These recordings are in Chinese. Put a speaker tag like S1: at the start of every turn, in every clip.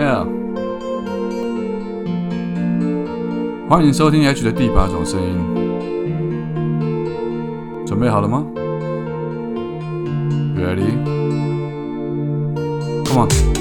S1: Yeah， 欢迎收听 H 的第8种声音。准备好了吗 ？Ready? Come on.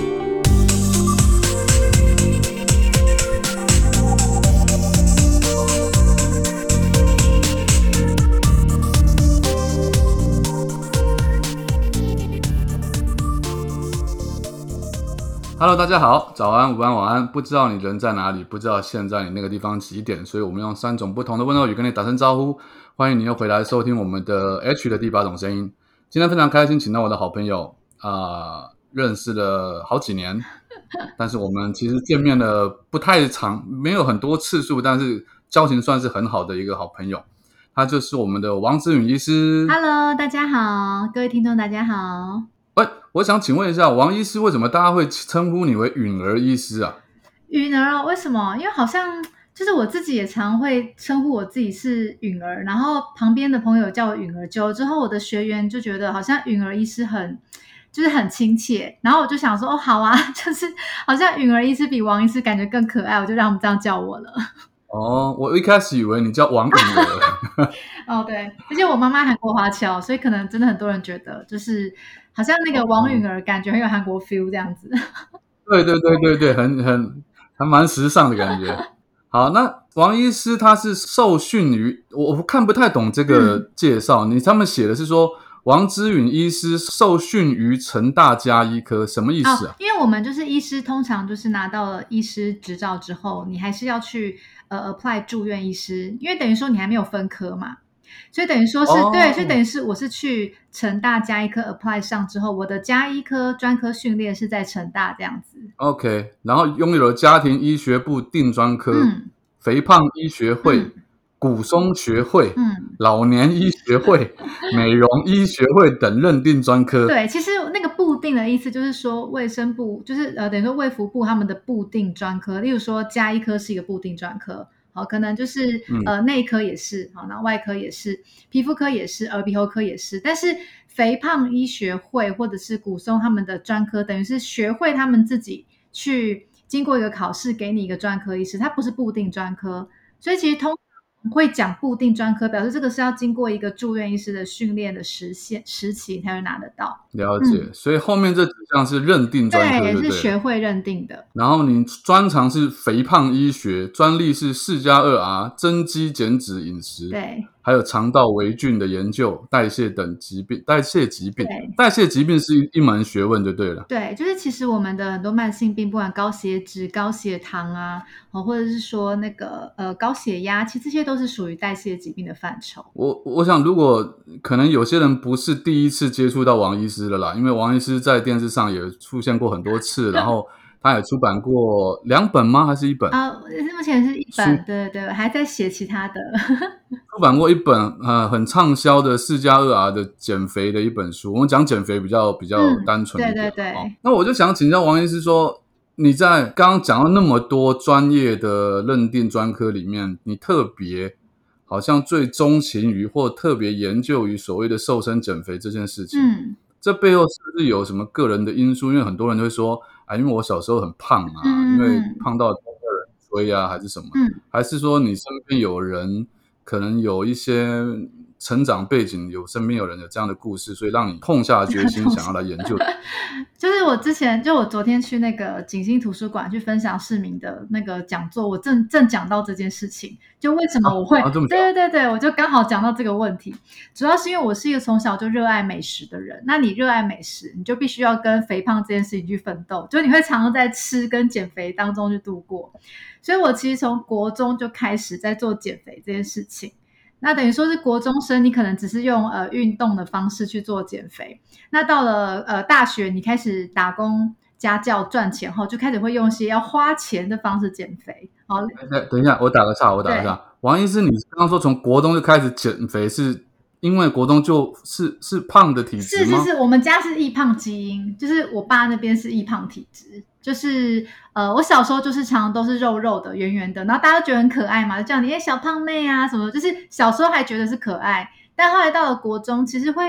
S1: Hello， 大家好，早安、午安、晚安。不知道你人在哪里，不知道现在你那个地方几点，所以我们用3种不同的问候语跟你打声招呼。欢迎你又回来收听我们的 H 的第8种声音。今天非常开心，请到我的好朋友认识了好几年，但是我们其实见面了不太长，没有很多次数，但是交情算是很好的一个好朋友。他就是我们的王之允医师。
S2: Hello， 大家好，各位听众大家好。
S1: 我想请问一下，王医师为什么大家会称呼你为允儿医师啊？
S2: 允儿为什么？因为好像就是我自己也常会称呼我自己是允儿，然后旁边的朋友叫我允儿，久了之后我的学员就觉得好像允儿医师很亲切，然后我就想说好啊，就是好像允儿医师比王医师感觉更可爱，我就让他们这样叫我了。
S1: 我一开始以为你叫王允儿。
S2: 对，而且我妈妈韩国华侨，所以可能真的很多人觉得就是好像那个王允儿感觉很有韩国 feel 这样子。
S1: 对，还蛮时尚的感觉。好，那王医师他是受训于，我看不太懂这个介绍，他们写的是说王之允医师受训于成大家医科，什么意思啊？
S2: 因为我们就是医师，通常就是拿到了医师执照之后，你还是要去apply 住院医师，因为等于说你还没有分科嘛，所以等于说是对，所以等于是我是去成大家医科 apply 上之后，我的家医科专科训练是在成大这样子。
S1: OK， 然后拥有了家庭医学部定专科、肥胖医学会、骨松学会、老年医学会、美容医学会等认定专科。
S2: 对，其实那个部定的意思就是说卫生部就是等于说卫福部他们的部定专科，例如说家医科是一个部定专科，好，可能就是内科也是，好，那外科也是，皮肤科也是，耳鼻喉科也是，但是肥胖医学会或者是骨松他们的专科，等于是学会他们自己去经过一个考试给你一个专科医师，它不是部定专科，所以其实通常会讲部定专科，表示这个是要经过一个住院医师的训练的时期才会拿得到。
S1: 了解，所以后面这几项是认定专科，对不对？
S2: 是学会认定的。
S1: 然后你专长是肥胖医学，专利是4+2R 增肌减脂饮食，
S2: 对，
S1: 还有肠道微菌的研究、代谢疾病是一门学问就对了。
S2: 对，就是其实我们的很多慢性病，不管高血脂、高血糖啊，或者是说那个高血压，其实这些都是属于代谢疾病的范畴。
S1: 我想如果可能有些人不是第一次接触到王医师了啦，因为王医师在电视上也出现过很多次，然后他也出版过2本吗？还是1本？
S2: 目前是1本，对，还在写其他的。
S1: 出版过1本很畅销的4+2R 的减肥的一本书。我们讲减肥比较单纯一点。
S2: 对。
S1: 那我就想请教王医师说，你在刚刚讲到那么多专业的认定专科里面，你特别好像最钟情于或特别研究于所谓的瘦身减肥这件事情。这背后是不是有什么个人的因素？因为很多人都会说因为我小时候很胖啊，因为胖到都被人追啊，还是什么？还是说你身边有人可能有一些成长背景，身边有人有这样的故事，所以让你痛下决心想要来研究。
S2: 就是我昨天去那个景星图书馆去分享市民的那个讲座，我正讲到这件事情，就为什么我会对，我就刚好讲到这个问题。主要是因为我是一个从小就热爱美食的人，那你热爱美食，你就必须要跟肥胖这件事情去奋斗，就你会常常在吃跟减肥当中去度过。所以我其实从国中就开始在做减肥这件事情。那等于说是国中生，你可能只是用运动的方式去做减肥。那到了大学，你开始打工家教赚钱后，就开始会用一些要花钱的方式减肥。好，
S1: 等一下，我打个岔。王医师，你刚刚说从国中就开始减肥，是因为国中就是胖的体质吗？
S2: 是，我们家是易胖基因，就是我爸那边是易胖体质。就是我小时候就是常常都是肉肉的、圆圆的，然后大家都觉得很可爱嘛，就叫你小胖妹啊什么，就是小时候还觉得是可爱，但后来到了国中，其实会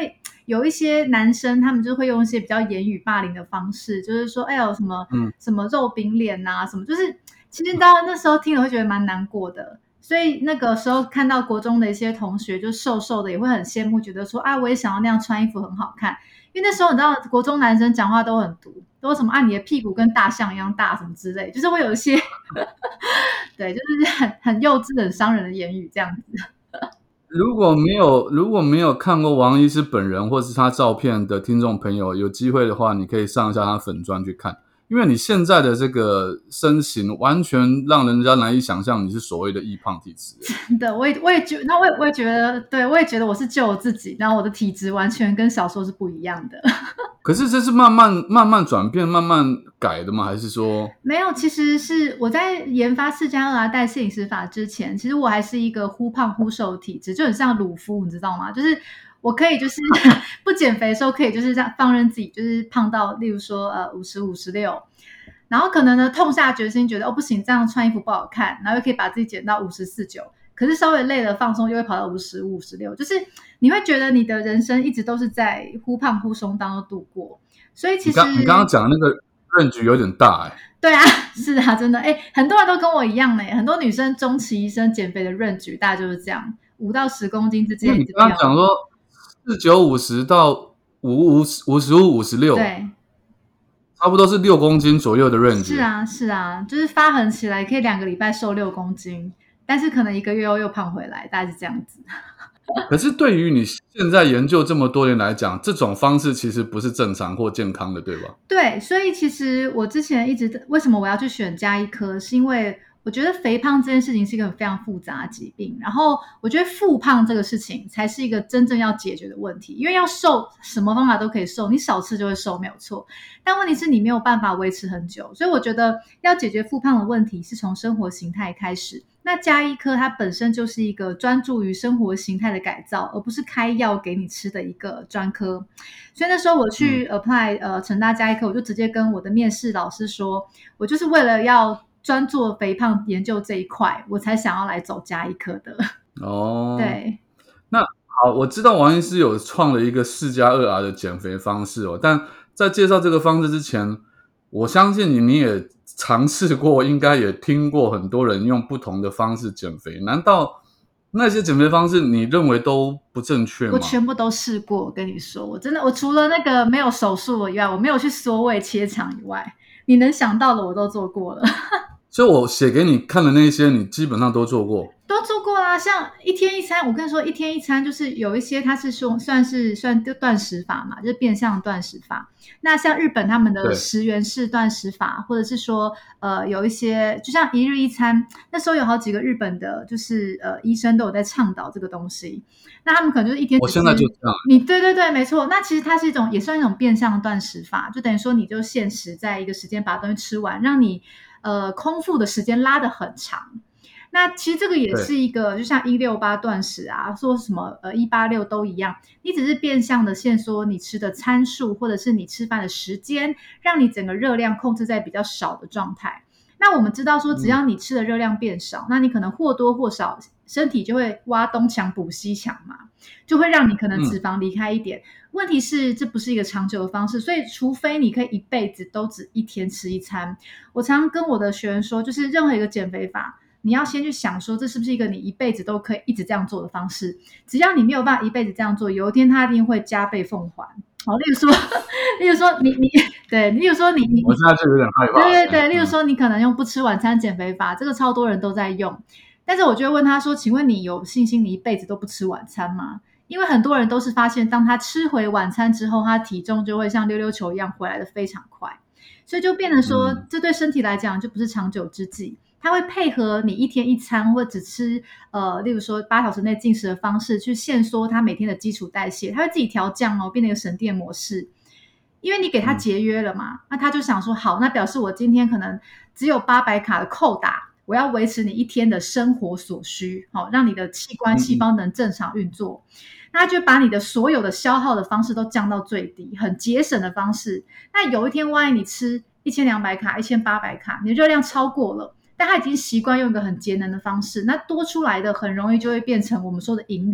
S2: 有一些男生他们就会用一些比较言语霸凌的方式，就是说哎呦什么什么肉饼脸啊什么，就是其实你知道那时候听了会觉得蛮难过的。所以那个时候看到国中的一些同学就瘦瘦的，也会很羡慕，觉得说啊我也想要那样穿衣服很好看。因为那时候你知道国中男生讲话都很毒，都说什么啊你的屁股跟大象一样大什么之类，就是会有一些对，就是很幼稚很伤人的言语这样子。
S1: 如果没有看过王医师本人或是他照片的听众朋友，有机会的话你可以上一下他粉专去看，因为你现在的这个身形完全让人家难以想象你是所谓的易胖体质。
S2: 真的，我也觉得，那我也觉得，对，我也觉得我是救我自己，然后我的体质完全跟小时候是不一样的。
S1: 可是这是慢慢转变、慢慢改的吗？还是说
S2: 没有？其实是我在研发4+2代谢饮食法之前，其实我还是一个忽胖忽瘦的体质，就很像鲁夫，你知道吗？就是我可以就是不减肥的时候，可以就是这样放任自己，就是胖到例如说50、56。然后可能呢痛下决心觉得哦不行，这样穿衣服不好看，然后又可以把自己减到50、49，可是稍微累了放松又会跑到55、56，就是你会觉得你的人生一直都是在忽胖忽松当中度过。所以其实
S1: 你刚刚讲的那个range有点大
S2: 对啊，是啊，真的很多人都跟我一样很多女生终其一生减肥的range大概就是这样，5到10公斤之间。
S1: 因为你刚刚讲说49、50到55、56，
S2: 对，
S1: 差不多是6公斤左右的 range。
S2: 是啊是啊，就是发狠起来可以2个礼拜瘦6公斤，但是可能1个月又胖回来，大概是这样子。
S1: 可是对于你现在研究这么多年来讲，这种方式其实不是正常或健康的，对吧？
S2: 对，所以其实我之前一直为什么我要去选家医科，是因为我觉得肥胖这件事情是一个非常复杂的疾病，然后我觉得复胖这个事情才是一个真正要解决的问题。因为要瘦什么方法都可以瘦，你少吃就会瘦没有错，但问题是你没有办法维持很久，所以我觉得要解决复胖的问题是从生活形态开始。那家医科它本身就是一个专注于生活形态的改造，而不是开药给你吃的一个专科。所以那时候我去 apply 成大家医科，我就直接跟我的面试老师说，我就是为了要专做肥胖研究这一块，我才想要来走家医科的。
S1: 哦，
S2: 对，
S1: 那好，我知道王医师有创了一个4+2R 的减肥方式但在介绍这个方式之前，我相信你也尝试过，应该也听过很多人用不同的方式减肥，难道那些减肥方式你认为都不正确吗？
S2: 我全部都试过，我跟你说，我除了那个没有手术以外，我没有去缩胃切肠以外，你能想到的我都做过了。
S1: 所以我写给你看的那些你基本上都做过。
S2: 都做过啦，像一天一餐，我跟你说，一天一餐就是有一些它是说算断食法嘛，就是变相断食法。那像日本他们的10元式断食法，或者是说有一些就像1日1餐，那时候有好几个日本的就是医生都有在倡导这个东西。那他们可能就是一天
S1: 我现在就这样。
S2: 对对对，没错。那其实它是也算一种变相断食法，就等于说你就限时在一个时间把东西吃完，让你空腹的时间拉得很长。那其实这个也是一个就像168断食啊，说什么186都一样，你只是变相的限缩你吃的餐数或者是你吃饭的时间，让你整个热量控制在比较少的状态。那我们知道说只要你吃的热量变少，那你可能或多或少身体就会挖东墙补西墙嘛，就会让你可能脂肪离开一点。问题是这不是一个长久的方式，所以除非你可以一辈子都只一天吃一餐。我常常跟我的学员说，就是任何一个减肥法，你要先去想说这是不是一个你一辈子都可以一直这样做的方式。只要你没有办法一辈子这样做，有一天它一定会加倍奉还。好，例如说你对，例如说你
S1: 我现在就有点害怕。
S2: 对对对，例如说你可能用不吃晚餐减肥法，这个超多人都在用。但是我就会问他说，请问你有信心你一辈子都不吃晚餐吗？因为很多人都是发现当他吃回晚餐之后，他体重就会像溜溜球一样回来的非常快，所以就变成说这对身体来讲就不是长久之计。它会配合你一天一餐或只吃例如说8小时内进食的方式去限缩它每天的基础代谢，它会自己调降变成一个省电模式。因为你给他节约了嘛，那他就想说好，那表示我今天可能只有800卡的扣打，我要维持你一天的生活所需，让你的器官细胞能正常运作。那他就把你的所有的消耗的方式都降到最低，很节省的方式。那有一天万一你吃1200卡、1800卡，你的热量超过了，但他已经习惯用一个很节能的方式，那多出来的很容易就会变成我们说的盈余，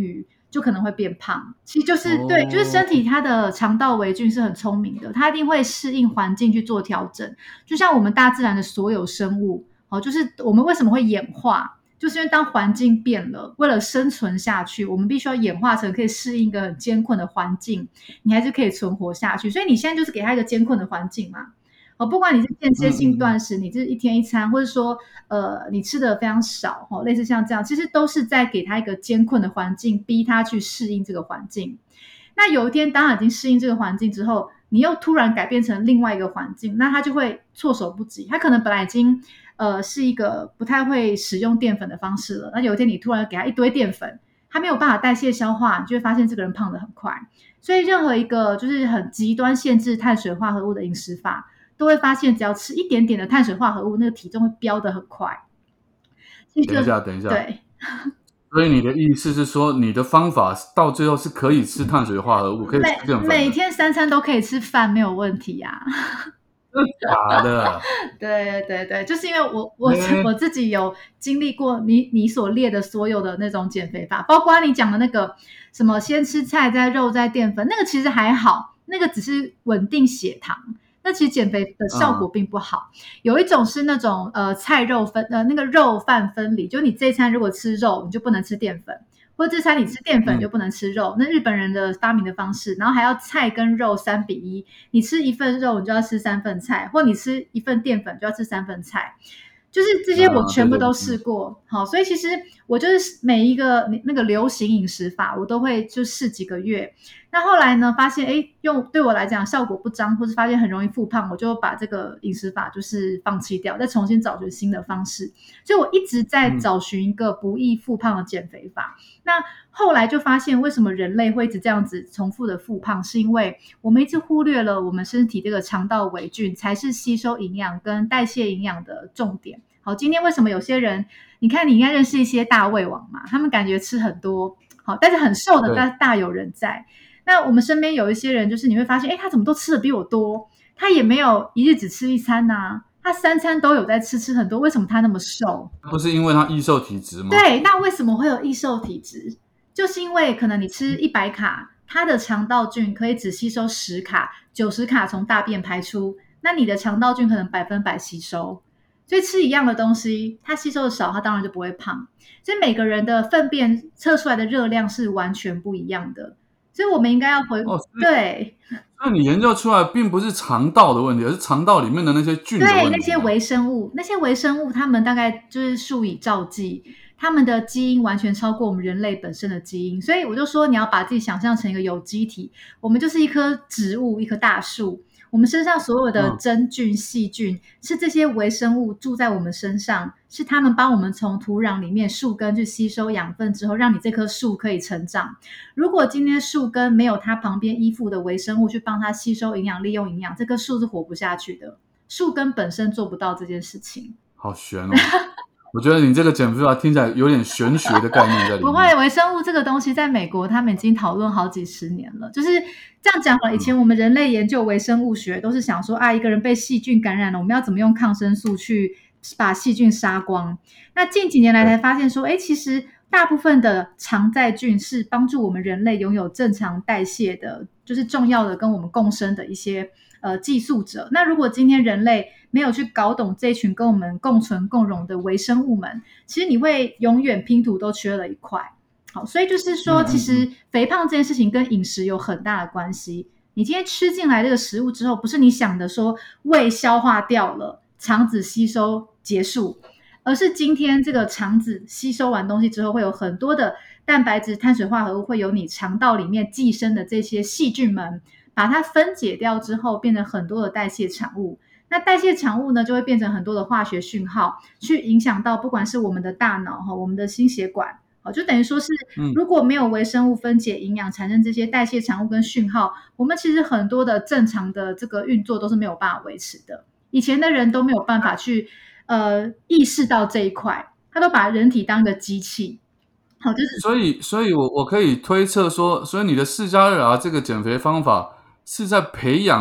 S2: 就可能会变胖。其实就是对，就是身体它的肠道微菌是很聪明的，它一定会适应环境去做调整。就像我们大自然的所有生物，就是我们为什么会演化，就是因为当环境变了，为了生存下去，我们必须要演化成可以适应一个很艰困的环境，你还是可以存活下去。所以你现在就是给它一个艰困的环境嘛。不管你是间歇性断食，你是一天一餐，或者说你吃的非常少，类似像这样，其实都是在给他一个艰困的环境，逼他去适应这个环境。那有一天当他已经适应这个环境之后，你又突然改变成另外一个环境，那他就会措手不及。他可能本来已经是一个不太会使用淀粉的方式了，那有一天你突然给他一堆淀粉，他没有办法代谢消化，你就会发现这个人胖得很快。所以任何一个就是很极端限制碳水化合物的饮食法，都会发现只要吃一点点的碳水化合物，那个体重会飙得很快。
S1: 等一下，对。所以你的意思是说，你的方法到最后是可以吃碳水化合物，可以吃淀粉，
S2: 每天3餐都可以吃饭，没有问题啊。
S1: 真的假的？
S2: 对，就是因为我自己有经历过你所列的所有的那种减肥法，包括你讲的那个什么先吃菜再肉再淀粉，那个其实还好，那个只是稳定血糖。那其实减肥的效果并不好。有一种是那种菜肉那个肉饭分离，就你这一餐如果吃肉，你就不能吃淀粉，或者这餐你吃淀粉就不能吃肉。那日本人的发明的方式，然后还要菜跟肉3:1，你吃一份肉你就要吃3份菜，或你吃一份淀粉就要吃3份菜。就是这些我全部都试过，好，所以其实我就是每一个那个流行饮食法我都会就试几个月。那后来呢，发现对我来讲效果不彰，或是发现很容易复胖，我就把这个饮食法就是放弃掉，再重新找寻新的方式。所以我一直在找寻一个不易复胖的减肥法。那后来就发现，为什么人类会一直这样子重复的复胖，是因为我们一直忽略了我们身体这个肠道微菌才是吸收营养跟代谢营养的重点。好，今天为什么有些人，你看你应该认识一些大胃王嘛，他们感觉吃很多，好，但是很瘦的大有人在。那我们身边有一些人，就是你会发现，他怎么都吃的比我多，他也没有一日只吃一餐啊，他3餐都有在吃很多，为什么他那么瘦？
S1: 不是因为他易瘦体质吗？
S2: 对，那为什么会有易瘦体质？就是因为可能你吃100卡，他的肠道菌可以只吸收10卡，90卡从大便排出，那你的肠道菌可能100%吸收。所以吃一样的东西，它吸收的少，它当然就不会胖。所以每个人的粪便测出来的热量是完全不一样的。所以我们应该要对。
S1: 那你研究出来并不是肠道的问题，而是肠道里面的那些菌的问题。
S2: 对，那些微生物，它们大概就是数以兆计，它们的基因完全超过我们人类本身的基因。所以我就说，你要把自己想象成一个有机体，我们就是一棵植物，一棵大树。我们身上所有的真菌、细菌，是这些微生物住在我们身上，是他们帮我们从土壤里面树根去吸收养分之后，让你这棵树可以成长。如果今天树根没有它旁边依附的微生物去帮它吸收营养、利用营养，这棵树是活不下去的。树根本身做不到这件事情。
S1: 好玄哦。我觉得你这个减肥法听起来有点玄学的概念在里面。
S2: 不会，微生物这个东西在美国他们已经讨论好几十年了。就是这样讲了，以前我们人类研究微生物学都是想说一个人被细菌感染了，我们要怎么用抗生素去把细菌杀光。那近几年来才发现说，其实大部分的常在菌是帮助我们人类拥有正常代谢的，就是重要的跟我们共生的一些寄宿者。那如果今天人类没有去搞懂这群跟我们共存共荣的微生物们，其实你会永远拼图都缺了一块。好，所以就是说，其实肥胖这件事情跟饮食有很大的关系。你今天吃进来这个食物之后，不是你想的说胃消化掉了，肠子吸收结束，而是今天这个肠子吸收完东西之后，会有很多的蛋白质、碳水化合物会由你肠道里面寄生的这些细菌们把它分解掉之后，变成很多的代谢产物。那代谢产物呢，就会变成很多的化学讯号，去影响到不管是我们的大脑、我们的心血管，就等于说是如果没有微生物分解营养产生这些代谢产物跟讯号，我们其实很多的正常的这个运作都是没有办法维持的。以前的人都没有办法去意识到这一块，他都把人体当个机器。好，就是
S1: 所以我可以推测说，所以你的4+2这个减肥方法是在培养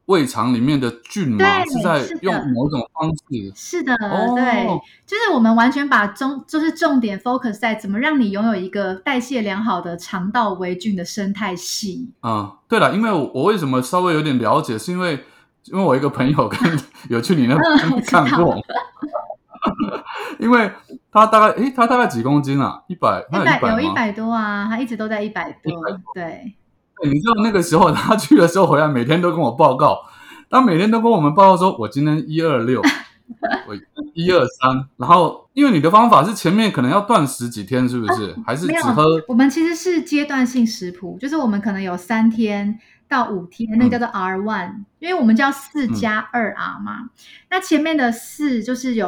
S1: 胃肠里面的菌吗？
S2: 对，
S1: 是在
S2: 是的，
S1: 用某种方式？
S2: 是的，对，
S1: 哦，
S2: 就是我们完全把就是重点 focus 在怎么让你拥有一个代谢良好的肠道微菌的生态系。
S1: 对了，因为我为什么稍微有点了解，是因为我一个朋友有去你那
S2: 我
S1: 边
S2: 知道，
S1: 看过，因为他大概几公斤啊？他有100
S2: 有一
S1: 吗？
S2: 百多啊，他一直都在100多，对。
S1: 你知道那个时候他去的时候回来，每天都跟我报告，他每天都跟我们报告说，我今天126，我123，然后因为你的方法是前面可能要断食几天，是不是？还是
S2: 没有，
S1: 只喝？
S2: 我们其实是阶段性食谱，就是我们可能有3天到5天，那个叫做 R1，因为我们叫4+2R 嘛。那前面的4就是有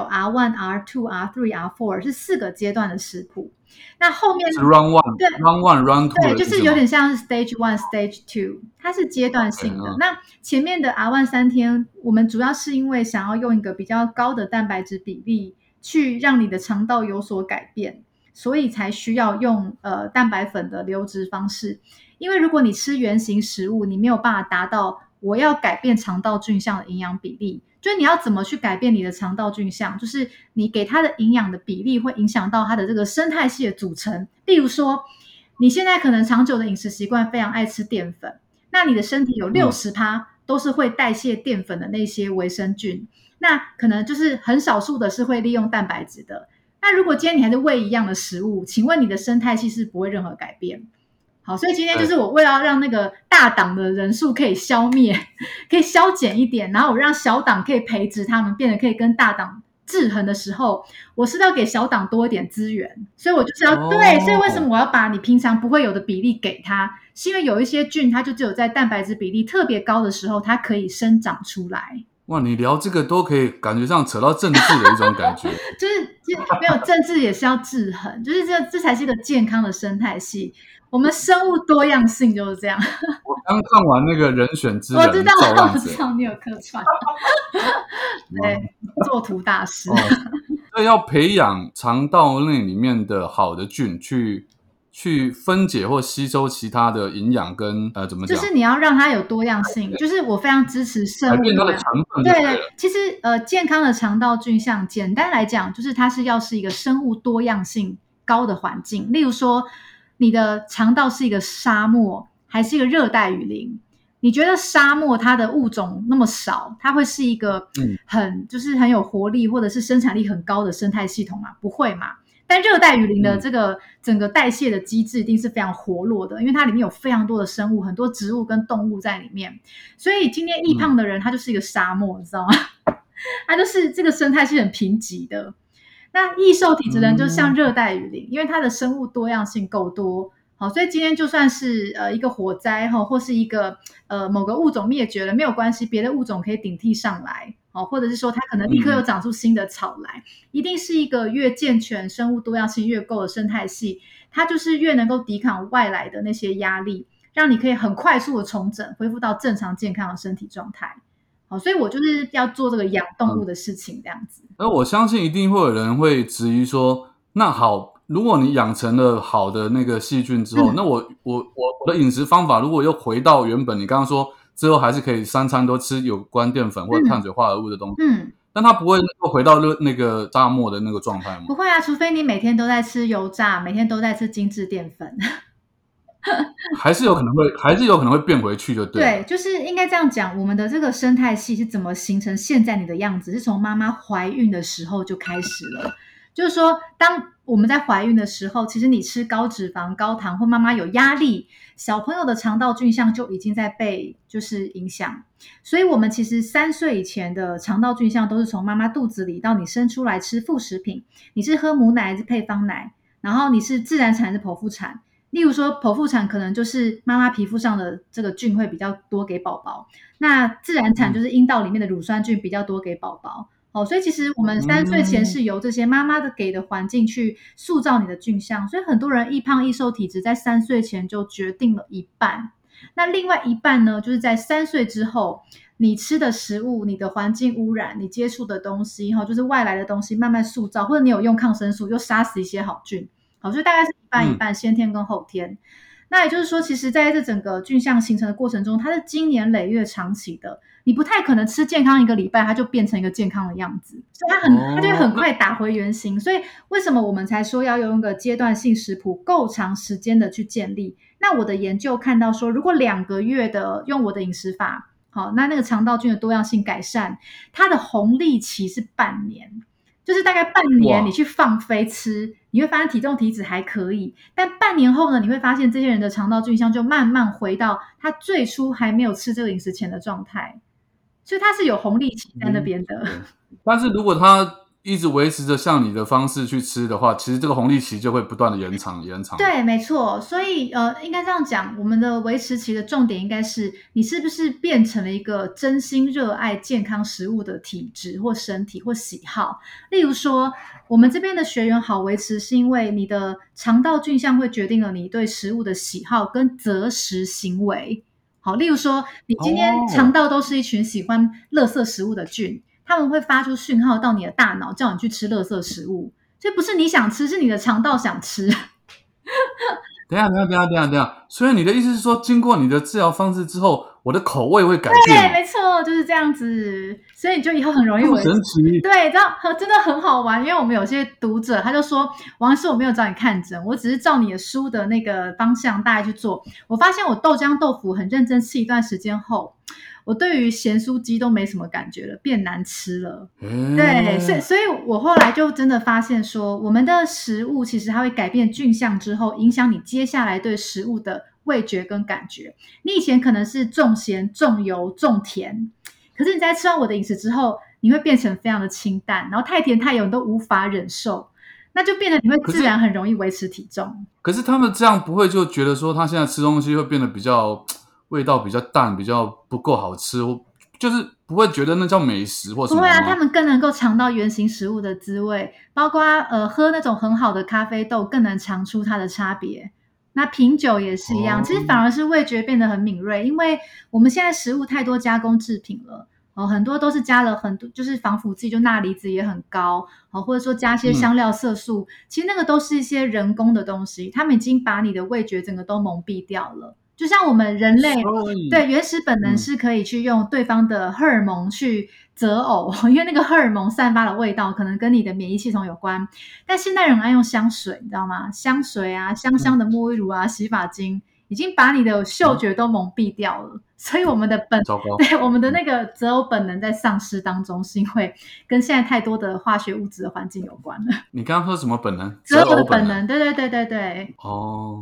S2: R1、R2、R3、R4 是4个阶段的食谱。那后面
S1: 是 Run
S2: 对
S1: One、Run One、Run Two
S2: 对，
S1: 的
S2: 就是有
S1: 意思吗
S2: 点像是 Stage One、Stage Two，它是阶段
S1: ？OK，
S2: 性的。那前面的 R1 3天，我们主要是因为想要用一个比较高的蛋白质比例去让你的肠道有所改变。所以才需要用蛋白粉的流质方式，因为如果你吃原型食物，你没有办法达到我要改变肠道菌相的营养比例。就是你要怎么去改变你的肠道菌相，就是你给它的营养的比例会影响到它的这个生态系的组成。例如说，你现在可能长久的饮食习惯非常爱吃淀粉，那你的身体有60%都是会代谢淀粉的那些微生菌，那可能就是很少数的是会利用蛋白质的。那如果今天你还是喂一样的食物，请问你的生态系是不会任何改变。好，所以今天就是我为了让那个大党的人数可以消灭，可以消减一点，然后我让小党可以培植他们，变得可以跟大党制衡的时候，我是要给小党多一点资源，所以我就是要、对，所以为什么我要把你平常不会有的比例给他？是因为有一些菌，它就只有在蛋白质比例特别高的时候，它可以生长出来。
S1: 哇，你聊这个都可以感觉上扯到政治的一种感觉。
S2: 就是没有政治也是要制衡，就是这才是一个健康的生态系。我们生物多样性就是这样。
S1: 我刚看完那个人选之人，
S2: 我知道，
S1: 我
S2: 知道你有客串，对，作图大师。
S1: 所以要培养肠道内里面的好的菌去分解或吸收其他的营养跟怎么讲？
S2: 就是你要让它有多样性，就是我非常支持生物多样。对，其实健康的肠道菌相，简单来讲，就是它要是一个生物多样性高的环境。例如说，你的肠道是一个沙漠，还是一个热带雨林？你觉得沙漠它的物种那么少，它会是一个就是很有活力，或者是生产力很高的生态系统吗？不会嘛。但热带雨林的这个整个代谢的机制一定是非常活络的，因为它里面有非常多的生物，很多植物跟动物在里面。所以今天易胖的人，他就是一个沙漠，你知道吗？他就是这个生态是很贫瘠的。那易瘦体质人就像热带雨林，因为它的生物多样性够多。好，所以今天就算是一个火灾或是一个某个物种灭绝了，没有关系，别的物种可以顶替上来。或者是说它可能立刻又长出新的草来，一定是一个越健全、生物多样性越够的生态系，它就是越能够抵抗外来的那些压力，让你可以很快速的重整，恢复到正常健康的身体状态。好，所以我就是要做这个养动物的事情，这样子。
S1: 而我相信一定会有人会质疑说，那好，如果你养成了好的那个细菌之后，那我的饮食方法如果又回到原本，你刚刚说之后还是可以3餐都吃有关淀粉或碳水化合物的东西，但它不会回到那个沙漠的那个状态吗？
S2: 不会啊，除非你每天都在吃油炸，每天都在吃精致淀粉。
S1: 还是有可能会变回去，就对了。
S2: 对，就是应该这样讲，我们的这个生态系是怎么形成现在你的样子，是从妈妈怀孕的时候就开始了。就是说，当我们在怀孕的时候，其实你吃高脂肪、高糖，或妈妈有压力，小朋友的肠道菌相就已经在被就是影响。所以我们其实3岁以前的肠道菌相都是从妈妈肚子里到你生出来吃副食品，你是喝母奶还是配方奶，然后你是自然产还是剖腹产。例如说剖腹产可能就是妈妈皮肤上的这个菌会比较多给宝宝，那自然产就是阴道里面的乳酸菌比较多给宝宝。所以其实我们3岁前是由这些妈妈的给的环境去塑造你的菌相，所以很多人易胖易瘦体质在3岁前就决定了一半。那另外一半呢，就是在3岁之后，你吃的食物、你的环境污染、你接触的东西，就是外来的东西慢慢塑造，或者你有用抗生素又杀死一些好菌。好，所以大概是一半一半，先天跟后天。那也就是说，其实在这整个菌相形成的过程中，它是经年累月长期的。 你不太可能吃健康1个礼拜它就变成一个健康的样子，所以它就会很快打回原形。所以为什么我们才说要用一个阶段性食谱够长时间的去建立？那我的研究看到说，如果2个月的用我的饮食法，好，那个肠道菌的多样性改善，它的红利期是半年。就是大概半年你去放飞吃，你会发现体重体脂还可以，但半年后呢，你会发现这些人的肠道菌相就慢慢回到他最初还没有吃这个饮食前的状态，所以它是有红利期在那边的。
S1: 但是如果他一直维持着像你的方式去吃的话，其实这个红利期就会不断的延长。
S2: 对，没错。所以应该这样讲，我们的维持期的重点应该是你是不是变成了一个真心热爱健康食物的体质或身体或喜好。例如说，我们这边的学员好维持，是因为你的肠道菌相会决定了你对食物的喜好跟择食行为。好，例如说，你今天肠道都是一群喜欢垃圾食物的菌。他们会发出讯号到你的大脑，叫你去吃垃圾食物，所以不是你想吃，是你的肠道想吃。
S1: 等一下，所以你的意思是说，经过你的治疗方式之后，我的口味会改变？
S2: 对，没错，就是这样子。所以你就以后很容易维持。
S1: 这么神奇？
S2: 对，这样真的很好玩。因为我们有些读者他就说，王医师，我没有找你看诊，我只是照你的书的那个方向大概去做。我发现我豆浆豆腐很认真吃一段时间后，我对于咸酥鸡都没什么感觉了，变难吃了。对，所以我后来就真的发现说，我们的食物其实它会改变菌相之后，影响你接下来对食物的味觉跟感觉。你以前可能是重咸、重油、重甜，可是你在吃完我的饮食之后，你会变成非常的清淡，然后太甜太油你都无法忍受，那就变得你会自然很容易维持体重。
S1: 可是他们这样不会就觉得说，他现在吃东西会变得比较味道比较淡，比较不够好吃，就是不会觉得那叫美食或什么吗？
S2: 不会啊，他们更能够尝到原型食物的滋味，包括喝那种很好的咖啡豆更能尝出它的差别。那品酒也是一样，其实反而是味觉变得很敏锐，因为我们现在食物太多加工制品了。很多都是加了很多，就是防腐剂，就钠离子也很高，或者说加些香料色素，其实那个都是一些人工的东西，他们已经把你的味觉整个都蒙蔽掉了。就像我们人类对原始本能是可以去用对方的荷尔蒙去择偶，因为那个荷尔蒙散发的味道可能跟你的免疫系统有关。但现代人爱用香水，你知道吗？香水啊，香香的沐浴乳啊，洗发精已经把你的嗅觉都蒙蔽掉了。所以我们的对我们的那个择偶本能在丧失当中，是因为跟现在太多的化学物质的环境有关了。
S1: 你刚刚说什么本能？
S2: 择偶的本能，对。
S1: 哦，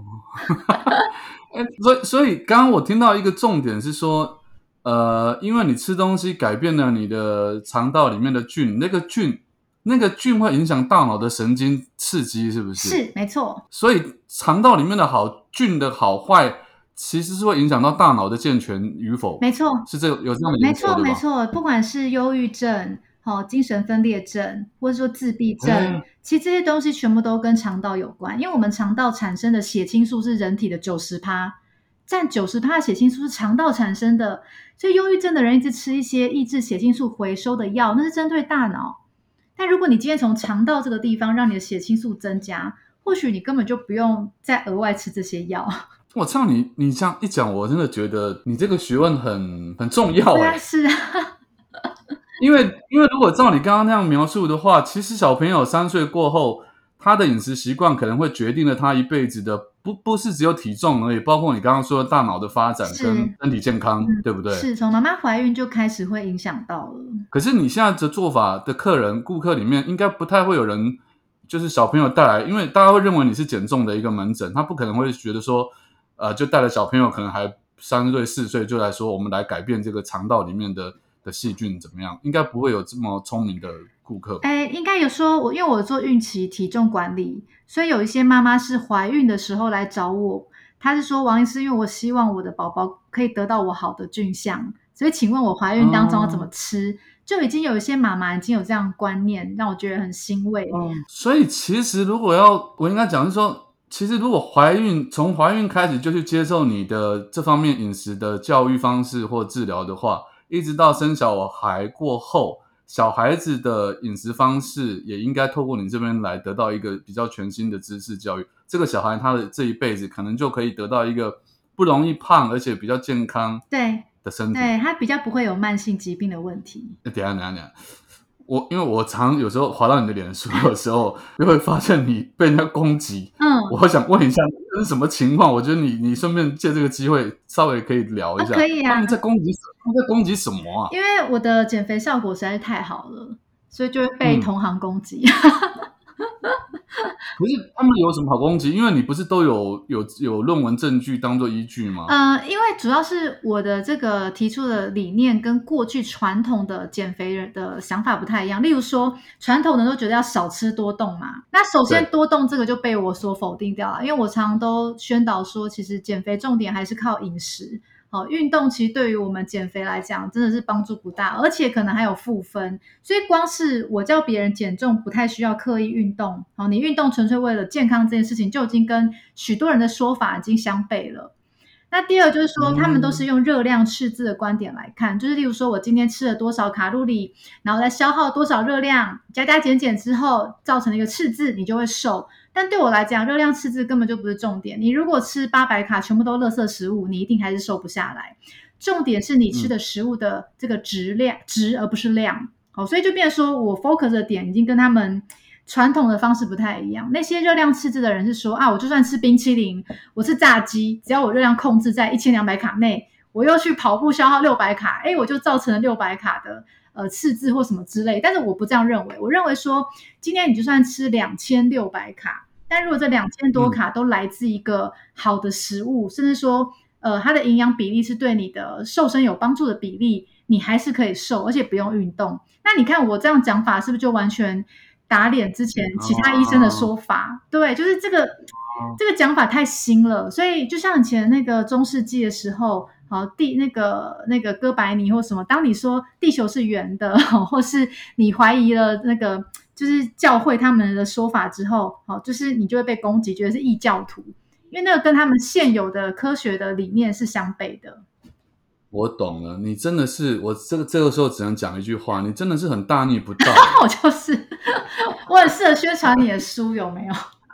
S1: 所以刚刚我听到一个重点是说，因为你吃东西改变了你的肠道里面的菌，那个菌会影响大脑的神经刺激，是不是？
S2: 是，没错。
S1: 所以肠道里面的菌的好坏，其实是会影响到大脑的健全与否。
S2: 没错，
S1: 是这个有这样的研究，对吧？
S2: 没错，不管是忧郁症、精神分裂症，或者说自闭症，其实这些东西全部都跟肠道有关。因为我们肠道产生的血清素是人体的90%，占90%的血清素是肠道产生的。所以忧郁症的人一直吃一些抑制血清素回收的药，那是针对大脑。但如果你今天从肠道这个地方让你的血清素增加，或许你根本就不用再额外吃这些药。
S1: 我操，你这样一讲，我真的觉得你这个学问很重要。
S2: 对啊，是啊。
S1: 因为如果照你刚刚那样描述的话，其实小朋友3岁过后，他的饮食习惯可能会决定了他一辈子的，不是只有体重而已，包括你刚刚说的大脑的发展跟身体健康，对不对？
S2: 是，从妈妈怀孕就开始会影响到了。
S1: 可是你现在的做法的顾客里面，应该不太会有人就是小朋友带来，因为大家会认为你是减重的一个门诊，他不可能会觉得说，就带了小朋友可能还3岁4岁就来说，我们来改变这个肠道里面的细菌怎么样？应该不会有这么聪明的顾客。
S2: 应该有说，因为我做孕期体重管理，所以有一些妈妈是怀孕的时候来找我，她是说王医师，因为我希望我的宝宝可以得到我好的菌相，所以请问我怀孕当中要怎么吃？就已经有一些妈妈已经有这样观念，让我觉得很欣慰。
S1: 所以其实如果我应该讲是说，其实如果从怀孕开始就去接受你的这方面饮食的教育方式或治疗的话，一直到生小孩过后，小孩子的饮食方式也应该透过你这边来得到一个比较全新的知识教育。这个小孩他的这一辈子可能就可以得到一个不容易胖而且比较健康的身体，
S2: 对，它比较不会有慢性疾病的问题。
S1: 等一下，因为我常有时候滑到你的脸书的时候，就会发现你被人家攻击。我想问一下这是什么情况？我觉得你顺便借这个机会稍微可以聊一下。
S2: 可以啊。
S1: 他们在攻击什么啊？
S2: 因为我的减肥效果实在是太好了，所以就会被同行攻击。
S1: 可是他们有什么好攻击？因为你不是都有论文证据当做依据吗？
S2: 因为主要是我的这个提出的理念跟过去传统的减肥人的想法不太一样。例如说，传统人都觉得要少吃多动嘛，那首先多动这个就被我所否定掉了，因为我常常都宣导说，其实减肥重点还是靠饮食。运动其实对于我们减肥来讲真的是帮助不大，而且可能还有负分，所以光是我叫别人减重不太需要刻意运动，你运动纯粹为了健康这件事情就已经跟许多人的说法已经相悖了。那第二就是说，他们都是用热量赤字的观点来看，就是例如说我今天吃了多少卡路里，然后再消耗多少热量，加加减减之后造成了一个赤字，你就会瘦。但对我来讲，热量赤字根本就不是重点。你如果吃800卡全部都垃圾食物，你一定还是瘦不下来。重点是你吃的食物的这个质而不是量。所以就变成说我 focus 的点已经跟他们传统的方式不太一样。那些热量赤字的人是说我就算吃冰淇淋，我吃炸鸡，只要我热量控制在1200卡内，我又去跑步消耗600卡，我就造成了600卡的赤字或什么之类。但是我不这样认为，我认为说今天你就算吃2600卡，但如果这2000多卡都来自一个好的食物，甚至说它的营养比例是对你的瘦身有帮助的比例，你还是可以瘦，而且不用运动。那你看我这样讲法是不是就完全打脸之前其他医生的说法？对，就是这个讲法太新了。所以就像以前那个中世纪的时候，那个哥白尼或什么，当你说地球是圆的，或是你怀疑了那个就是教会他们的说法之后，就是你就会被攻击，觉得是异教徒，因为那个跟他们现有的科学的理念是相悖的。
S1: 我懂了，你真的是，我这个时候只能讲一句话，你真的是很大逆不道。
S2: 我我很适合宣传你的书，有没有？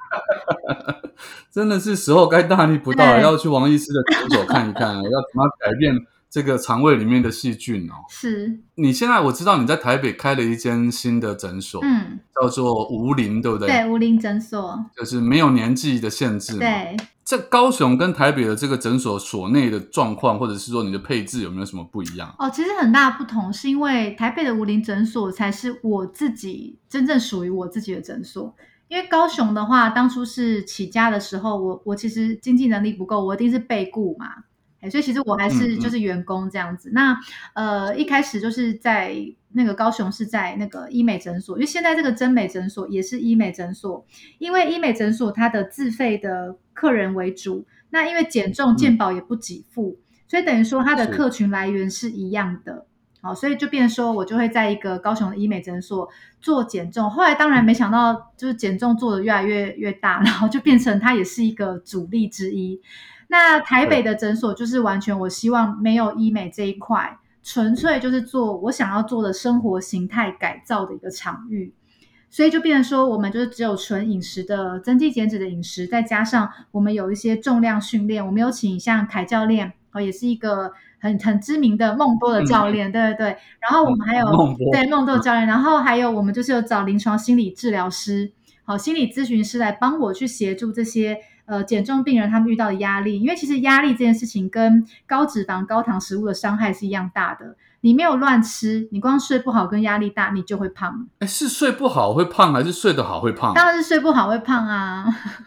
S1: 真的是时候该大逆不道了，要去王医师的诊所看一看，要怎么改变这个肠胃里面的细菌哦。
S2: 是，
S1: 你现在我知道你在台北开了一间新的诊所，叫做无龄，对不对？
S2: 对，无龄诊所，
S1: 就是没有年纪的限制嘛。
S2: 对。
S1: 在高雄跟台北的这个诊所内的状况，或者是说你的配置有没有什么不一样？
S2: 其实很大的不同是因为台北的无龄诊所才是我自己真正属于我自己的诊所。因为高雄的话，当初是起家的时候，我其实经济能力不够，我一定是被雇嘛，所以其实我还是就是员工这样子。那一开始就是在那个高雄是在那个医美诊所，因为现在这个真美诊所也是医美诊所，因为医美诊所它的自费的客人为主，那因为减重健保也不给付，所以等于说它的客群来源是一样的。好，所以就变成说我就会在一个高雄的医美诊所做减重，后来当然没想到就是减重做的越来越大，然后就变成它也是一个主力之一。那台北的诊所就是完全我希望没有医美这一块，纯粹就是做我想要做的生活形态改造的一个场域。所以就变成说我们就是只有纯饮食的增肌减脂的饮食，再加上我们有一些重量训练，我们有请像凯教练，也是一个很知名的梦多的教练，对对对。然后我们还有梦多教练，然后还有我们就是有找临床心理治疗师，心理咨询师来帮我去协助这些减重病人他们遇到的压力。因为其实压力这件事情跟高脂肪高糖食物的伤害是一样大的。你没有乱吃，你光睡不好跟压力大，你就会胖。
S1: 是睡不好会胖还是睡得好会胖？
S2: 当然是睡不好会胖啊。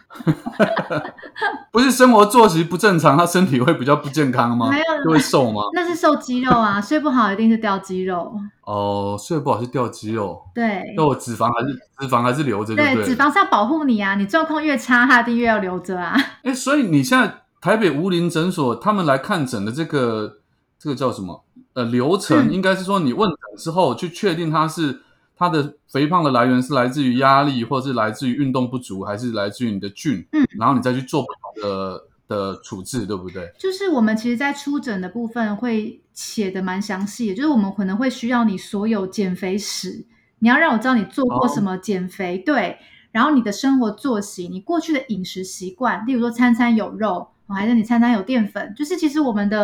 S1: 不是生活作息不正常，他身体会比较不健康吗？就会瘦吗？
S2: 那是瘦肌肉啊，睡不好一定是掉肌肉。
S1: 睡不好是掉肌肉。
S2: 对，
S1: 那我脂肪还是留着，
S2: 对，脂肪是要保护你啊，你状况越差，它一定越要留着啊。
S1: 所以你现在台北无龄诊所他们来看诊的这个叫什么流程，应该是说你问诊之后去确定它的肥胖的来源是来自于压力，或是来自于运动不足，还是来自于你的菌，然后你再去做不同的处置，对不对？
S2: 就是我们其实在出诊的部分会写的蛮详细的，就是我们可能会需要你所有减肥史，你要让我知道你做过什么减肥，对，然后你的生活作息，你过去的饮食习惯，例如说餐餐有肉，还是你餐餐有淀粉，就是其实我们的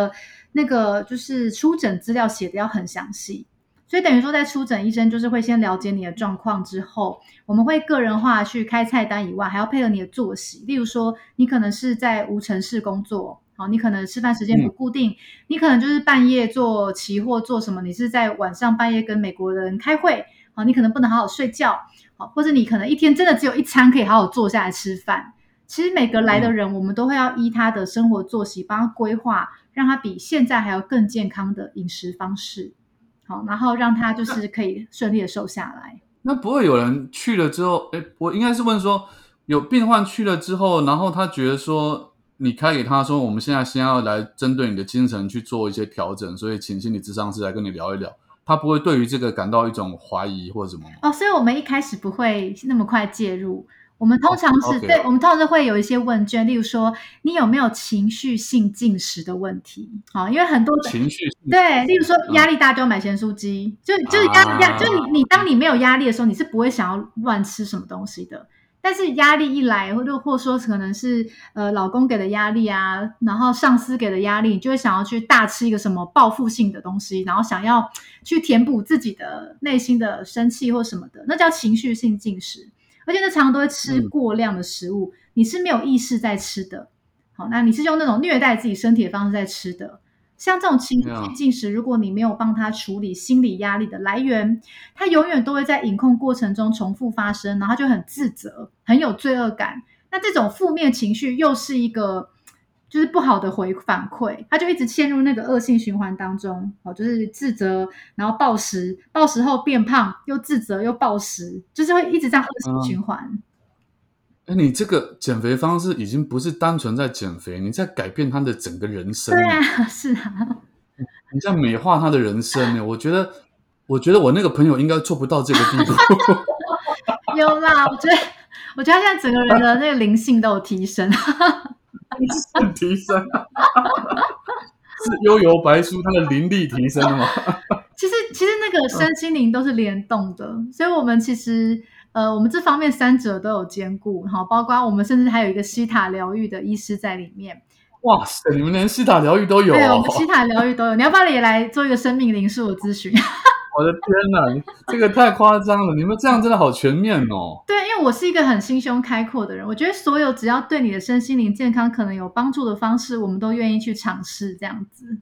S2: 那个就是出诊资料写的要很详细。所以等于说在出诊医生就是会先了解你的状况之后，我们会个人化去开菜单以外，还要配合你的作息。例如说你可能是在无尘室工作，你可能吃饭时间不固定，你可能就是半夜做期货做什么，你是在晚上半夜跟美国人开会，你可能不能好好睡觉，或者你可能一天真的只有一餐可以好好坐下来吃饭。其实每个来的人我们都会要依他的生活作息帮他规划，让他比现在还要更健康的饮食方式，好，然后让他就是可以顺利的瘦下来。
S1: 那不会有人去了之后，我应该是问说，有病患去了之后，然后他觉得说，你开给他说，我们现在先要来针对你的精神去做一些调整，所以请心理咨商师来跟你聊一聊，他不会对于这个感到一种怀疑或者什么吗？
S2: 所以我们一开始不会那么快介入。我们通常是、对，我们通常是会有一些问卷，例如说你有没有情绪性进食的问题，因为很多的
S1: 情绪性
S2: 对，例如说压力大就要买咸酥鸡，就是你当你没有压力的时候，你是不会想要乱吃什么东西的。但是压力一来，或者说可能是老公给的压力啊，然后上司给的压力，你就会想要去大吃一个什么报复性的东西，然后想要去填补自己的内心的生气或什么的，那叫情绪性进食。而且那常常都会吃过量的食物，你是没有意识在吃的。好，那你是用那种虐待自己身体的方式在吃的。像这种情绪性进食，如果你没有帮他处理心理压力的来源，他永远都会在饮控过程中重复发生，然后他就很自责，很有罪恶感。那这种负面情绪又是一个就是不好的反馈，他就一直陷入那个恶性循环当中，就是自责，然后暴食，暴食后变胖，又自责又暴食，就是会一直这样恶性循环。
S1: 你这个减肥方式已经不是单纯在减肥，你在改变他的整个人生。
S2: 对啊，是啊，
S1: 你在美化他的人生呢。我觉得我那个朋友应该做不到这个地步。
S2: 有啦，我觉得他现在整个人的那个灵性都有提升。
S1: 提升是悠游白书他的灵力提升了吗？
S2: 其实那个身心灵都是联动的，所以我们其实我们这方面三者都有兼顾，包括我们甚至还有一个西塔疗愈的医师在里面。
S1: 哇塞，你们连西塔疗愈都有。
S2: 对，我们西塔疗愈都有。你要不要也来做一个生命灵数的咨询？
S1: 我的天哪，这个太夸张了！你们这样真的好全面哦。
S2: 对，因为我是一个很心胸开阔的人，我觉得所有只要对你的身心灵健康可能有帮助的方式，我们都愿意去尝试这样子。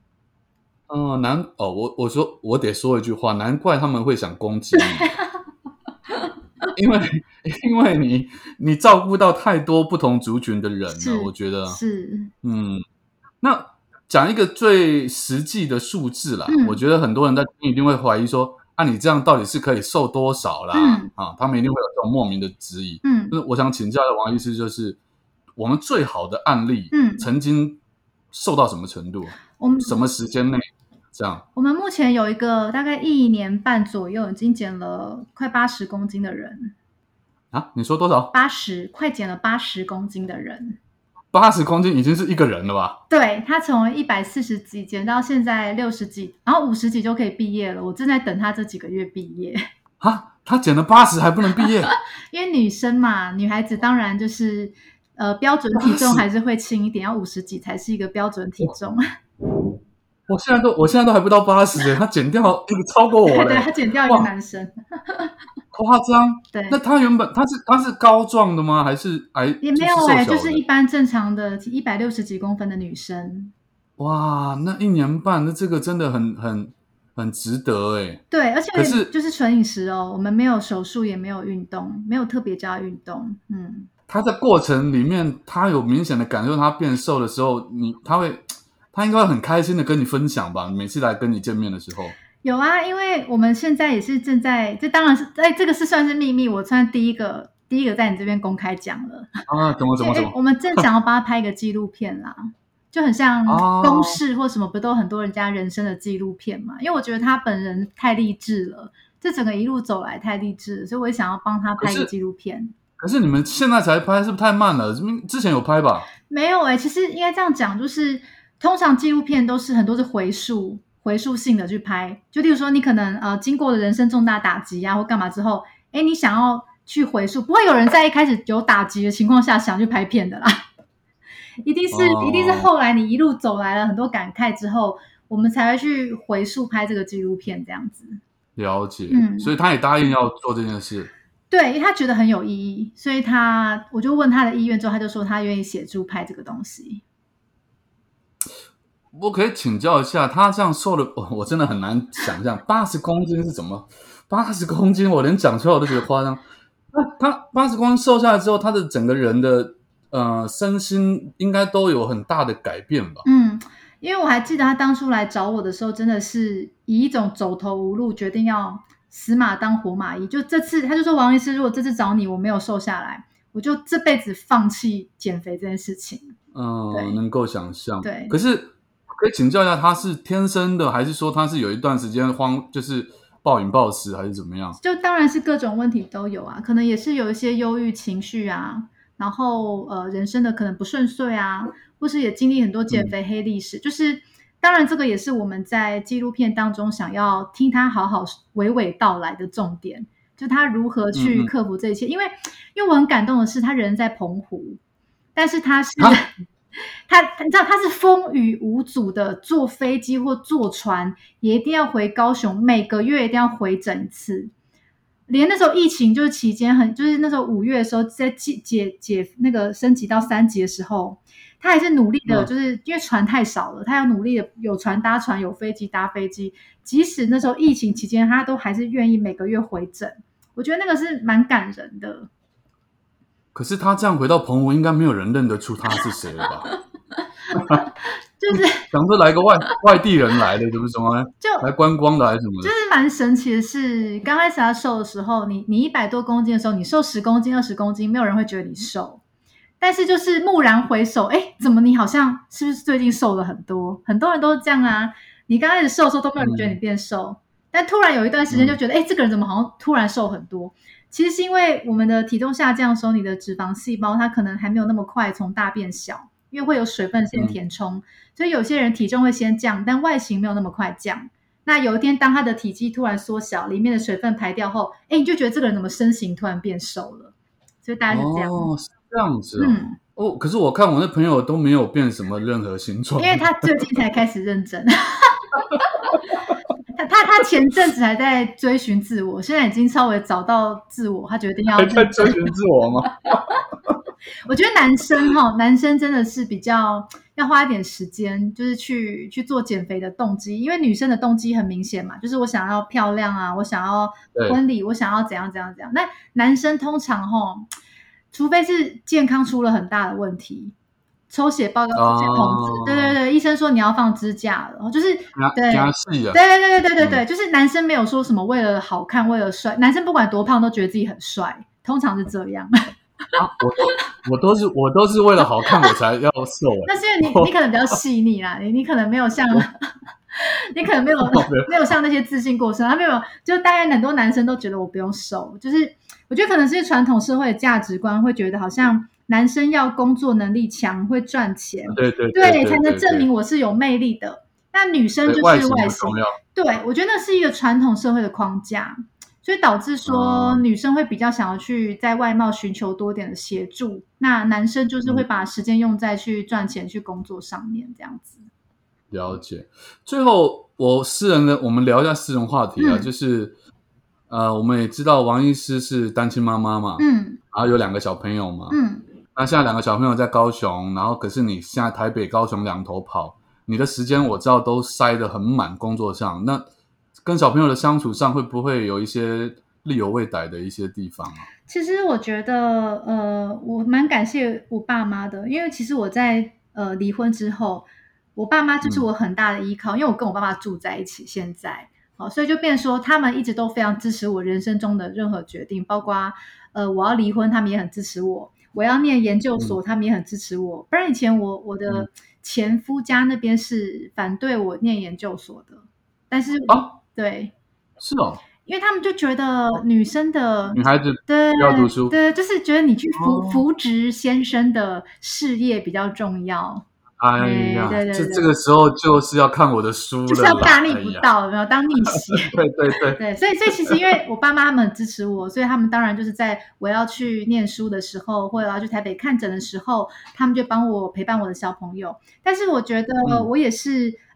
S1: 我说我得说一句话，难怪他们会想攻击你。因为你照顾到太多不同族群的人了，我觉得
S2: 是
S1: 那讲一个最实际的数字啦，我觉得很多人在听一定会怀疑说，你这样到底是可以瘦多少啦？他们一定会有这种莫名的质疑。就是我想请教的王医师，就是我们最好的案例，曾经瘦到什么程度？什么时间内？这样，
S2: 我们目前有一个大概1年半左右，已经减了快80公斤的人。
S1: 你说多少
S2: ？80，快减了80公斤的人。
S1: 80公斤已经是一个人了吧？
S2: 对，他从140几减到现在60几，然后50几就可以毕业了。我正在等他这几个月毕业。
S1: 他减了80还不能毕业？
S2: 因为女生嘛，女孩子当然就是标准体重还是会轻一点，要50几才是一个标准体重。
S1: 我现在都还不到80，他减掉一个超过我了。
S2: 对，他减掉一个男生。
S1: 夸张。
S2: 对，
S1: 那他原本他是高壮的吗？还是
S2: 也没有就是一般正常的160几公分的女生。
S1: 哇，那1年半，那这个真的很值得哎。
S2: 对，而且可是就是纯饮食哦，我们没有手术，也没有运动，没有特别教运动。
S1: 他在过程里面，他有明显的感受，他变瘦的时候，他应该会很开心的跟你分享吧？每次来跟你见面的时候。
S2: 有啊，因为我们现在也是正在，这当然是这个是算是秘密，我算第一个在你这边公开讲了。
S1: 怎么？
S2: 我们正想要帮他拍一个纪录片啦，就很像公视或什么，不都很多人家人生的纪录片嘛？因为我觉得他本人太励志了，这整个一路走来太励志了，所以我也想要帮他拍一个纪录片。
S1: 可是你们现在才拍，是不是太慢了？之前有拍吧？
S2: 没有其实应该这样讲，就是通常纪录片都是很多是回溯性的去拍，就例如说你可能经过了人生重大打击或干嘛之后，你想要去回溯，不会有人在一开始有打击的情况下想去拍片的啦。一定是后来你一路走来了很多感慨之后， 我们才会去回溯拍这个纪录片这样子。
S1: 了解，所以他也答应要做这件事。
S2: 对，因为他觉得很有意义，所以我就问他的意愿之后，他就说他愿意协助拍这个东西。
S1: 我可以请教一下，他这样瘦的，我真的很难想象80公斤是怎么，80公斤我连讲出来我都觉得夸张。他80公斤瘦下来之后，他的整个人的身心应该都有很大的改变吧？
S2: 因为我还记得他当初来找我的时候，真的是以一种走投无路，决定要死马当活马医。就这次，他就说王医师，如果这次找你我没有瘦下来，我就这辈子放弃减肥这件事情。
S1: 能够想象。
S2: 对，
S1: 可是可以请教一下，他是天生的，还是说他是有一段时间就是暴饮暴食，还是怎么样？
S2: 就当然是各种问题都有啊，可能也是有一些忧郁情绪啊，然后人生的可能不顺遂啊，或是也经历很多减肥黑历史。就是当然这个也是我们在纪录片当中想要听他好好娓娓道来的重点，就他如何去克服这一切。因为我很感动的是他人在澎湖，但是他是你知道他是风雨无阻的坐飞机或坐船也一定要回高雄，每个月一定要回诊一次。连那时候疫情就是期间就是那时候5月的时候，在解那个升级到3级的时候，他还是努力的，就是因为船太少了，他要努力的有船搭船，有飞机搭飞机。即使那时候疫情期间，他都还是愿意每个月回诊。我觉得那个是蛮感人的。
S1: 可是他这样回到澎湖，应该没有人认得出他是谁了吧？
S2: 就是
S1: 想说来个外地人来的，怎么什么就来观光的还是什么的？
S2: 就是蛮神奇的是，刚开始他瘦的时候，你100多公斤的时候，你瘦10公斤、20公斤，没有人会觉得你瘦。但是就是蓦然回首，怎么你好像是不是最近瘦了很多？很多人都是这样啊。你刚开始瘦的时候都没有人觉得你变瘦，但突然有一段时间就觉得，这个人怎么好像突然瘦很多？其实是因为我们的体重下降的时候，你的脂肪细胞它可能还没有那么快从大变小，因为会有水分先填充，所以有些人体重会先降，但外形没有那么快降。那有一天当他的体积突然缩小，里面的水分排掉后，你就觉得这个人怎么身形突然变瘦了？所以大概是这样。
S1: 是这样子可是我看我那朋友都没有变什么任何形状，
S2: 因为他最近才开始认真。他前阵子还在追寻自我，现在已经稍微找到自我，他决定要
S1: 还在追寻自我吗？
S2: 我觉得男生真的是比较要花一点时间，就是去做减肥的动机，因为女生的动机很明显嘛，就是我想要漂亮啊，我想要婚礼，我想要怎样怎样怎样。那男生通常除非是健康出了很大的问题，抽血报告出现红字，对，医生说你要放支架了，就是对，就是男生没有说什么为了好看为了帅，男生不管多胖都觉得自己很帅，通常是这样。
S1: 我都是为了好看我才要瘦。
S2: 那是因为你可能比较细腻啦，你可能没有像你可能没有像那些自信过剩，他没有，就大概很多男生都觉得我不用瘦，就是我觉得可能是传统社会的价值观会觉得好像男生要工作能力强，会赚钱，对，才能证明我是有魅力的。那女生就是外形，对，我觉得那是一个传统社会的框架。所以导致说女生会比较想要去在外貌寻求多点的协助，那男生就是会把时间用在去赚钱去工作上面这样子。
S1: 了解。最后我们聊一下私人话题啊，就是我们也知道王医师是单亲妈妈嘛，然后有2个小朋友嘛，那现在2个小朋友在高雄，然后可是你现在台北高雄两头跑，你的时间我知道都塞得很满，工作上那跟小朋友的相处上会不会有一些力有未逮的一些地方啊？
S2: 其实我觉得我蛮感谢我爸妈的，因为其实我在离婚之后，我爸妈就是我很大的依靠，因为我跟我爸爸住在一起现在，所以就变成说他们一直都非常支持我人生中的任何决定，包括我要离婚他们也很支持我要念研究所他们也很支持我，不然以前我的前夫家那边是反对我念研究所的，但是对，
S1: 是
S2: 因为他们就觉得女生的
S1: 女孩子要读书，
S2: 对，就是觉得你去扶植先生的事业比较重要。
S1: 哎呀，这个时候就是要看我的书了，
S2: 就是要大逆不道，有没有当逆袭？
S1: 对，
S2: 所以其实因为我爸妈他们很支持我，所以他们当然就是在我要去念书的时候，或者要去台北看诊的时候，他们就帮我陪伴我的小朋友。但是我觉得我也是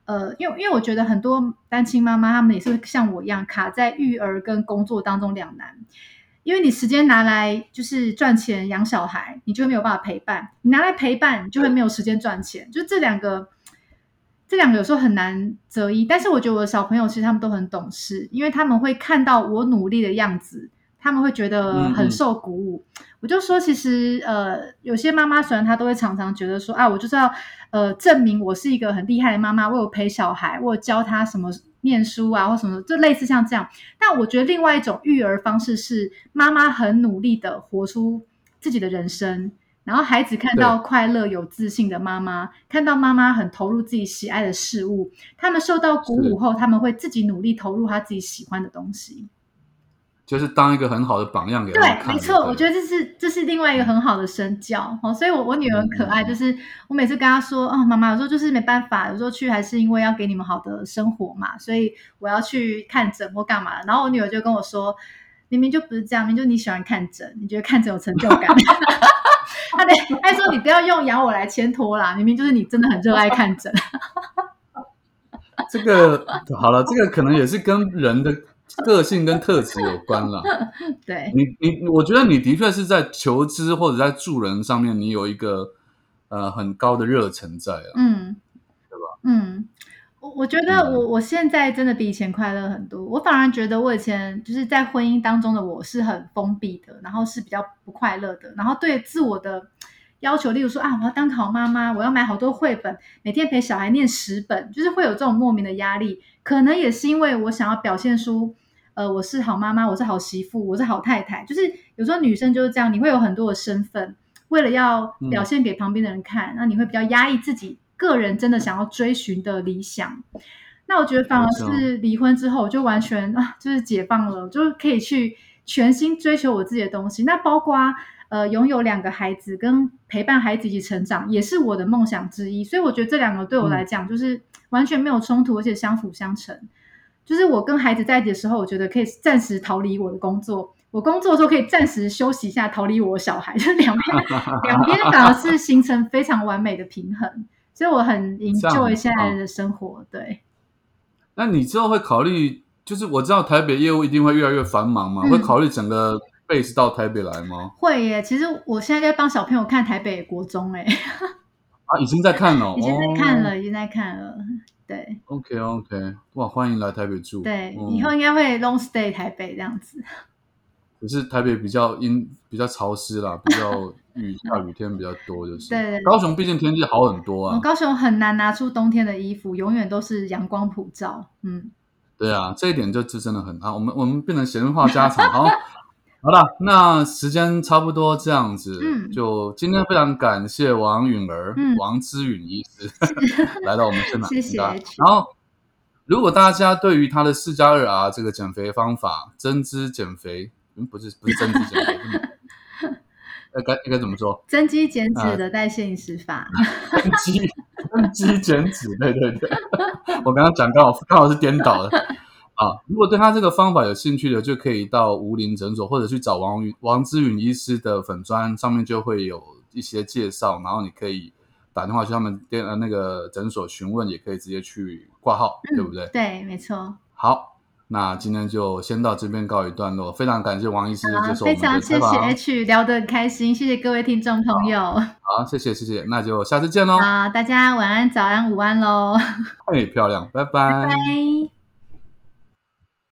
S2: 因为我觉得很多单亲妈妈她们也是像我一样卡在育儿跟工作当中两难。因为你时间拿来就是赚钱养小孩，你就没有办法陪伴；你拿来陪伴，你就会没有时间赚钱。就这两个有时候很难择一。但是我觉得我的小朋友其实他们都很懂事，因为他们会看到我努力的样子，他们会觉得很受鼓舞。我就说，其实有些妈妈虽然她都会常常觉得说啊，我就是要证明我是一个很厉害的妈妈，我有陪小孩，我有教他什么念书啊或什么，就类似像这样。但我觉得另外一种育儿方式是妈妈很努力的活出自己的人生，然后孩子看到快乐有自信的妈妈，看到妈妈很投入自己喜爱的事物，他们受到鼓舞后，他们会自己努力投入他自己喜欢的东西，
S1: 就是当一个很好的榜样给他们看。
S2: 对，没错，我觉得这是另外一个很好的身教。所以我女儿很可爱，就是我每次跟她说妈妈有时候就是没办法，有时候去还是因为要给你们好的生活嘛，所以我要去看诊或干嘛。然后我女儿就跟我说，明明就不是这样，明明就你喜欢看诊，你觉得看诊有成就感。她说你不要用养我来牵拖啦，明明就是你真的很热爱看诊。
S1: 这个好了，这个可能也是跟人的个性跟特质有关啦。
S2: 对，
S1: 我觉得你的确是在求知或者在助人上面，你有一个很高的热忱在啊，对吧？
S2: 我觉得我现在真的比以前快乐很多。我反而觉得我以前就是在婚姻当中的我是很封闭的，然后是比较不快乐的，然后对自我的要求，例如说我要当好妈妈，我要买好多绘本，每天陪小孩念10本，就是会有这种莫名的压力。可能也是因为我想要表现出我是好妈妈，我是好媳妇，我是好太太。就是有时候女生就是这样，你会有很多的身份，为了要表现给旁边的人看，那你会比较压抑自己个人真的想要追寻的理想。那我觉得反而是离婚之后，我就完全就是解放了，就是可以去全心追求我自己的东西。那包括拥有2个孩子跟陪伴孩子一起成长，也是我的梦想之一。所以我觉得这2个对我来讲就是完全没有冲突，而且相辅相成。就是我跟孩子在一起的时候，我觉得可以暂时逃离我的工作，我工作的时候可以暂时休息一下，逃离我小孩，就是两边反而是形成非常完美的平衡。所以我很 enjoy 现在的生活。对，
S1: 那你之后会考虑，就是我知道台北业务一定会越来越繁忙嘛，会考虑整个 base 到台北来吗？
S2: 会耶，其实我现在在帮小朋友看台北国中
S1: 已经在看了，
S2: 已经在看了，对。
S1: OK， 哇，欢迎来台北住。
S2: 对，以后应该会 long stay 台北这样子。
S1: 可是台北比较潮湿啦，比较下雨天比较多，就是。
S2: 对。
S1: 高雄毕竟天气好很多啊。
S2: 高雄很难拿出冬天的衣服，永远都是阳光普照。
S1: 对啊，这一点就真的很好。我们变成闲话家常，好了，那时间差不多这样子，就今天非常感谢王允儿、王之允医师来到我们现场，
S2: 谢谢。
S1: 然后，如果大家对于他的4+2R 这个减肥方法，增脂减肥，不是增脂减肥，应该怎么说？
S2: 增肌减脂的代谢饮食法。
S1: 增肌减脂，对，我刚刚讲刚好是颠倒的。如果对他这个方法有兴趣的，就可以到吴林诊所，或者去找王之允医师的粉专，上面就会有一些介绍，然后你可以打电话去他们那个诊所询问，也可以直接去挂号，对不对？
S2: 对，没错。
S1: 好，那今天就先到这边告一段落，非常感谢王医师接受我们的采访。
S2: 非常谢谢 H， 聊得很开心，谢谢各位听众朋友。
S1: 好，谢谢，那就下次见咯。
S2: 好，大家晚安、早安、午安咯。
S1: 太漂亮，拜拜。
S2: 拜拜。